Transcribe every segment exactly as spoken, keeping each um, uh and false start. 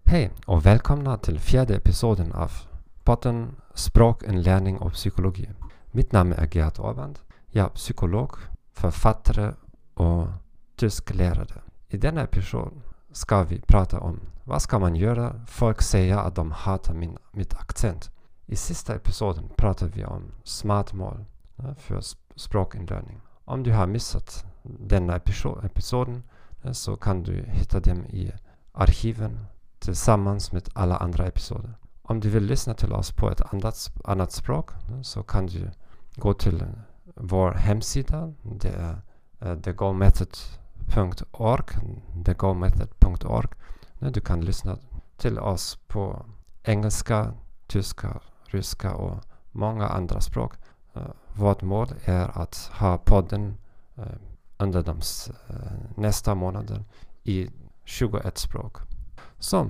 Hej och välkomna till fjärde episoden av podden Språkinlärning och psykologi. Mitt namn är Gerhard Årband. Jag är psykolog, författare och tysklärare. I denna episod ska vi prata om vad ska man göra. Folk säger att de hatar min, mitt accent. I sista episoden pratar vi om smartmål ja, för språkinlärning. Om du har missat denna episod, episoden ja, så kan du hitta dem i arkiven tillsammans med alla andra episoder. Om du vill lyssna till oss på ett annat, annat språk så kan du gå till vår hemsida. Det är uh, the go method punkt org the go method punkt org. Du kan lyssna till oss på engelska, tyska, ryska och många andra språk. Uh, vårt mål är att ha podden uh, under de uh, nästa månader i tjugoett språk. Så,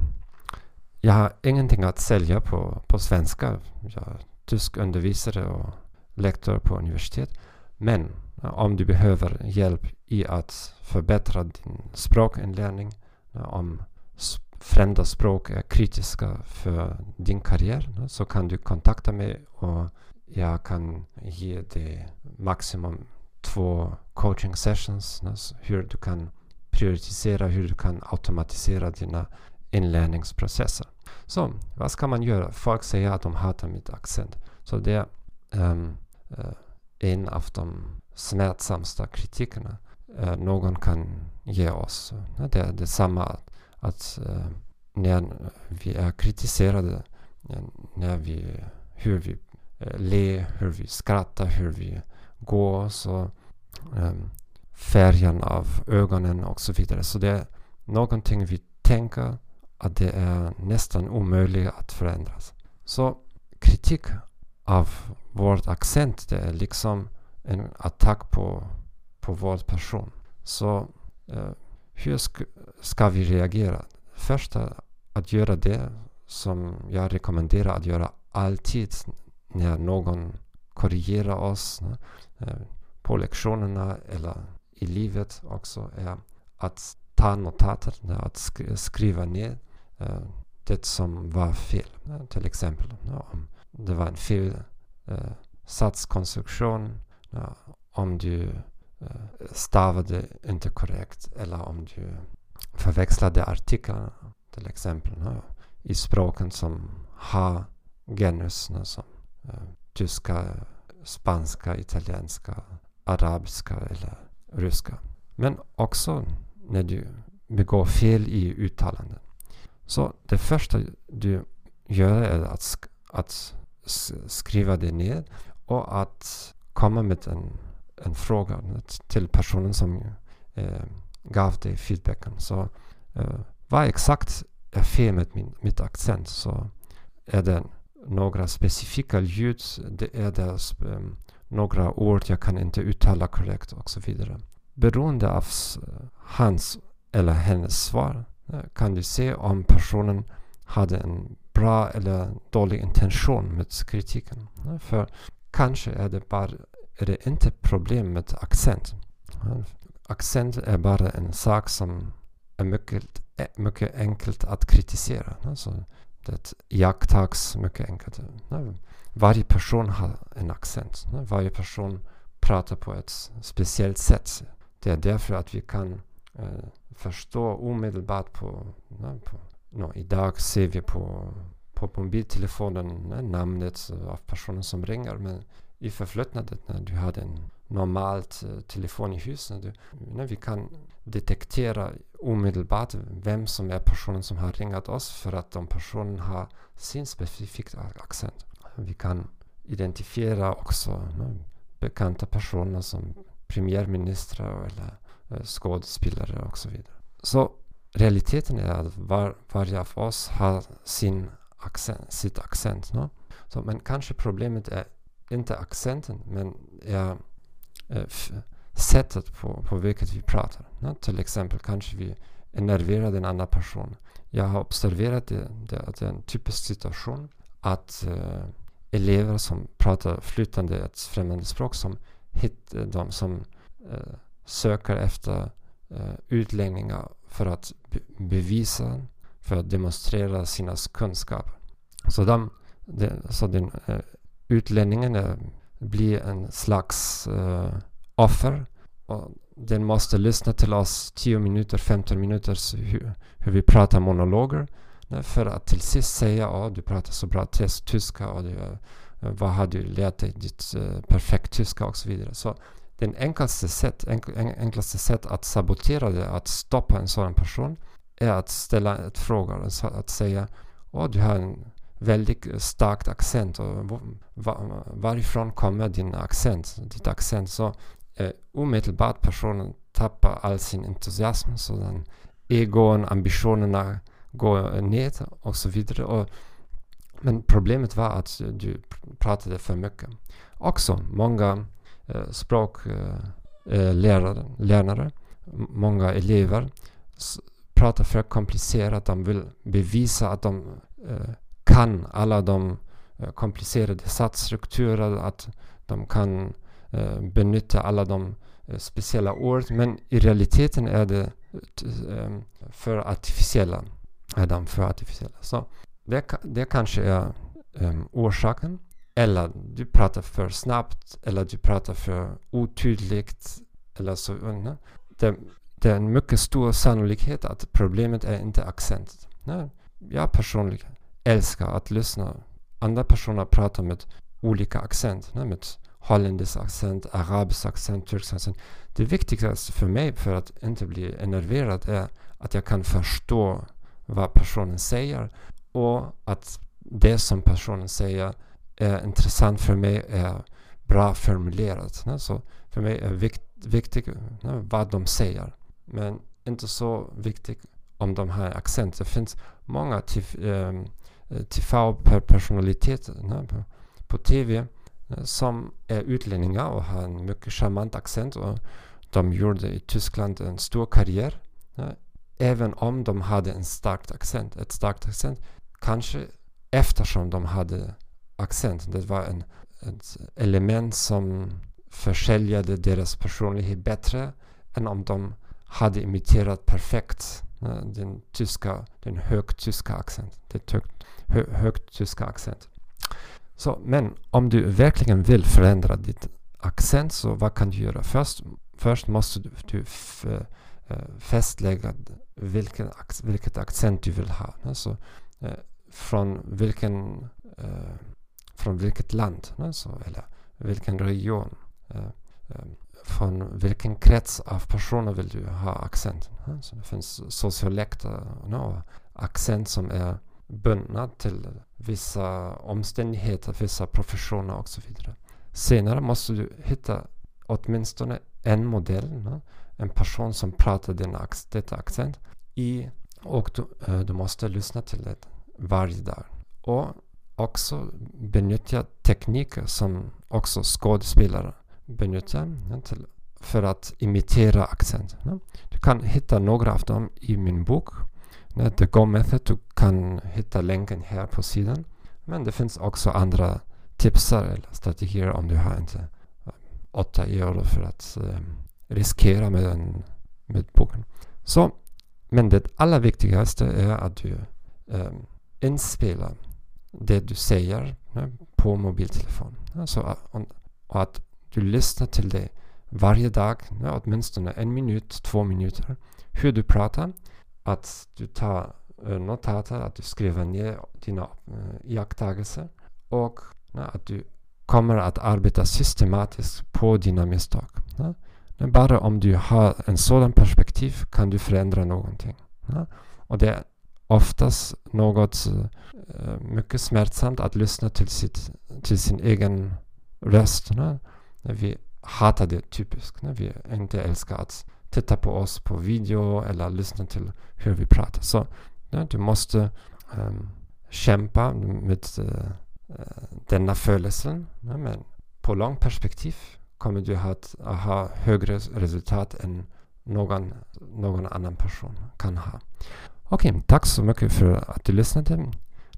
jag har ingenting att sälja på, på svenska. Jag är tysk undervisare och lektor på universitet. Men om du behöver hjälp i att förbättra din språkinlärning, om främmande språk är kritiska för din karriär, så kan du kontakta mig och jag kan ge dig maximum två coaching sessions, hur du kan prioritisera, hur du kan automatisera dina inlärningsprocesser. Så, vad ska man göra? Folk säger att de hatar mitt accent. Så det är um, uh, en av de smärtsamsta kritikerna uh, någon kan ge oss. Uh, det är detsamma att, att uh, när vi är kritiserade, uh, när vi, hur vi uh, ler, hur vi skrattar, hur vi går, så um, färgen av ögonen och så vidare. Så det är någonting vi tänker att det är nästan omöjligt att förändras. Så kritik av vårt accent, det är liksom en attack på, på vår person. Så eh, hur sk- ska vi reagera? Först att göra det som jag rekommenderar att göra alltid när någon korrigerar oss eh, på lektionerna eller i livet också, är att ta notater, att sk- skriva ner uh, det som var fel. Uh, till exempel uh, om det var en fel uh, satskonstruktion, uh, om du uh, stavade inte korrekt eller om du förväxlade artiklar, till exempel uh, i språken som har genus uh, som uh, tyska, spanska, italienska, arabiska eller ryska. Men också när du begår fel i uttalanden. Så det första du gör är att, sk- att skriva det ner och att komma med en, en fråga till personen som eh, gav dig feedbacken. Så eh, vad exakt är fel med min, mitt accent? Så är det några specifika ljud, det är det sp- några ord jag kan inte uttala korrekt och så vidare. Beroende av hans eller hennes svar kan du se om personen hade en bra eller dålig intention med kritiken. För kanske är det bara är det inte problem med accent. Accent är bara en sak som är mycket, mycket enkelt att kritisera. Så det iakttas mycket enkelt. Varje person har en accent. Varje person pratar på ett speciellt sätt. Det är därför att vi kan eh, förstå omedelbart på, na, på no, idag ser vi på, på mobiltelefonen na, namnet av personen som ringer, men i förflutnadet när du hade en normalt uh, telefon i huset, du, na, vi kan detektera omedelbart vem som är personen som har ringat oss för att de personen har sin specifika accent. Vi kan identifiera också na, bekanta personer som premiärministrar eller eh, skådespelare och så vidare. Så realiteten är att var, varje av oss har sin accent, sitt accent. No? Så, men kanske problemet är inte accenten, men är eh, f- sättet på, på vilket vi pratar. No? Till exempel kanske vi enerverar den andra personen. Jag har observerat det, det, att det är en typisk situation att eh, elever som pratar flytande ett främmande språk som hit, de som eh, söker efter eh, utläggningar för att be- bevisa för att demonstrera sina kunskaper. Så, de, de, så den uh, utlänningen uh, blir en slags uh, offer, och den måste lyssna till oss tio minuter, femton minuter hur, hur vi pratar monologer, ne, för att till sist säga att du pratar så bra tyska, och du, uh, vad har du lärt dig ditt uh, perfekt tyska och så vidare. Så den enklaste sätt, enk, enklaste sätt att sabotera det, att stoppa en sådan person, är att ställa ett fråga, att säga åh, du har en väldigt stark accent, och var, varifrån kommer din accent, ditt accent? Så eh, omedelbart personen tappar all sin entusiasm, så den egon, ambitionerna går ned och så vidare. Och, men problemet var att du pratade för mycket. Också många eh, språklärare, eh, lärare, många elever s- pratar för komplicerat. De vill bevisa att de eh, kan alla de eh, komplicerade satsstrukturer, att de kan eh, benytta alla de eh, speciella ord, men i realiteten är det eh, för artificiella. Är de för artificiella. Så det, det kanske är um, orsaken. Eller du pratar för snabbt, eller du pratar för otydligt, eller så. Ne? Det, det är en mycket stor sannolikhet att problemet är inte accent. Ne? Jag personligen älskar att lyssna. Andra personer pratar med olika accent. Ne? Med holländsk accent, arabisk accent, turkisk accent. Det viktigaste för mig, för att inte bli enerverad, är att jag kan förstå vad personen säger, och att det som personen säger är intressant för mig, är bra formulerat. Ne? Så för mig är vikt, viktigt ne, vad de säger, men inte så viktigt om de har accent. Det finns många T V-personaliteter ne, på, på T V ne, som är utlänningar och har en mycket charmant accent, och de gjorde i Tyskland en stor karriär. Ne? Även om de hade en stark accent, ett starkt accent, kanske eftersom de hade accent. Det var en, ett element som försäljade deras personlighet bättre än om de hade imiterat perfekt ne, den tyska, den högtyska accent, det högt, hö, högtyska accent. Så, men om du verkligen vill förändra ditt accent, så vad kan du göra? Först, först måste du, du f, fästlägga vilken, vilket accent du vill ha. Ne? Så, eh, från, vilken, eh, från vilket land, ne? Så, eller vilken region. Eh, eh, från vilken krets av personer vill du ha accent. Ne? Så det finns sociolekter, no? Accent som är bundna till vissa omständigheter, vissa professioner och så vidare. Senare måste du hitta åtminstone en modell, ne? En person som pratar den ax- detta accent i, och du, äh, du måste lyssna till det varje dag. Och också benyttja tekniker som också skådespelare benyttjar ja, till, för att imitera accent. Ja. Du kan hitta några av dem i min bok. Ja, The Go Method. Du kan hitta länken här på sidan. Men det finns också andra tipsar eller strategier om du har inte äh, åtta euro för att äh, riskera med, en, med boken. Så, men det allra viktigaste är att du eh, inspelar det du säger ne, på mobiltelefon. Alltså, och, och att du lyssnar till det varje dag, ne, åtminstone en minut, två minuter, hur du pratar, att du tar eh, notater, att du skriver ner dina eh, iakttagelser, och ne, att du kommer att arbeta systematiskt på dina misstag. Ne. Men bara om du har en sådan perspektiv kan du förändra någonting. Ja? Och det är oftast något uh, mycket smärtsamt att lyssna till, sitt, till sin egen röst. Ja? Vi hatar det typiskt. Ja? Vi inte älskar att titta på oss på video eller lyssna till hur vi pratar. Så ja, du måste um, kämpa med uh, denna födelsen. Ja? Men på lång perspektiv kommer du att ha högre resultat än någon, någon annan person kan ha. Okej, okay, tack så mycket för att du lyssnade.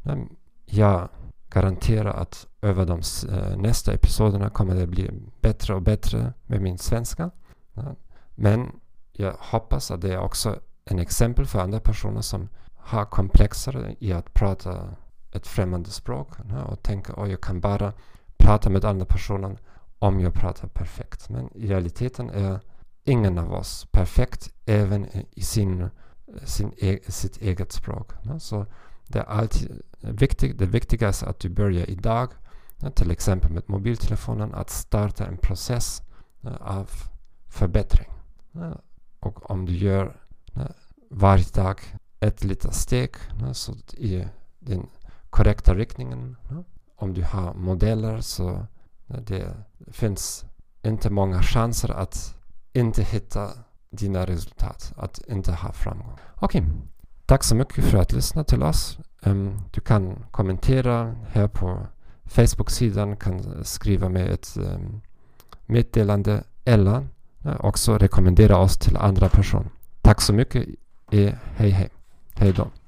Jag garanterar att över de äh, nästa episoderna kommer det bli bättre och bättre med min svenska. Ja. Men jag hoppas att det är också en exempel för andra personer som har komplexer i att prata ett främmande språk, ne, och tänker att jag kan bara prata med andra personer om jag pratar perfekt. Men i realiteten är ingen av oss perfekt, även i sin, sin e- sitt eget språk. Ne. Så det är alltid viktigt, det viktigaste är att du börjar idag, ne, till exempel med mobiltelefonen, att starta en process, ne, av förbättring. Ne. Och om du gör, ne, varje dag ett litet steg, ne, så i den korrekta riktningen. Ne. Om du har modeller så ne, det finns inte många chanser att inte hitta dina resultat, att inte ha framgång. Okej, okay. Tack så mycket för att lyssna till oss. Um, du kan kommentera här på Facebook-sidan, kan skriva med ett um, meddelande eller ja, också rekommendera oss till andra personer. Tack så mycket. E, hej hej. Hej då.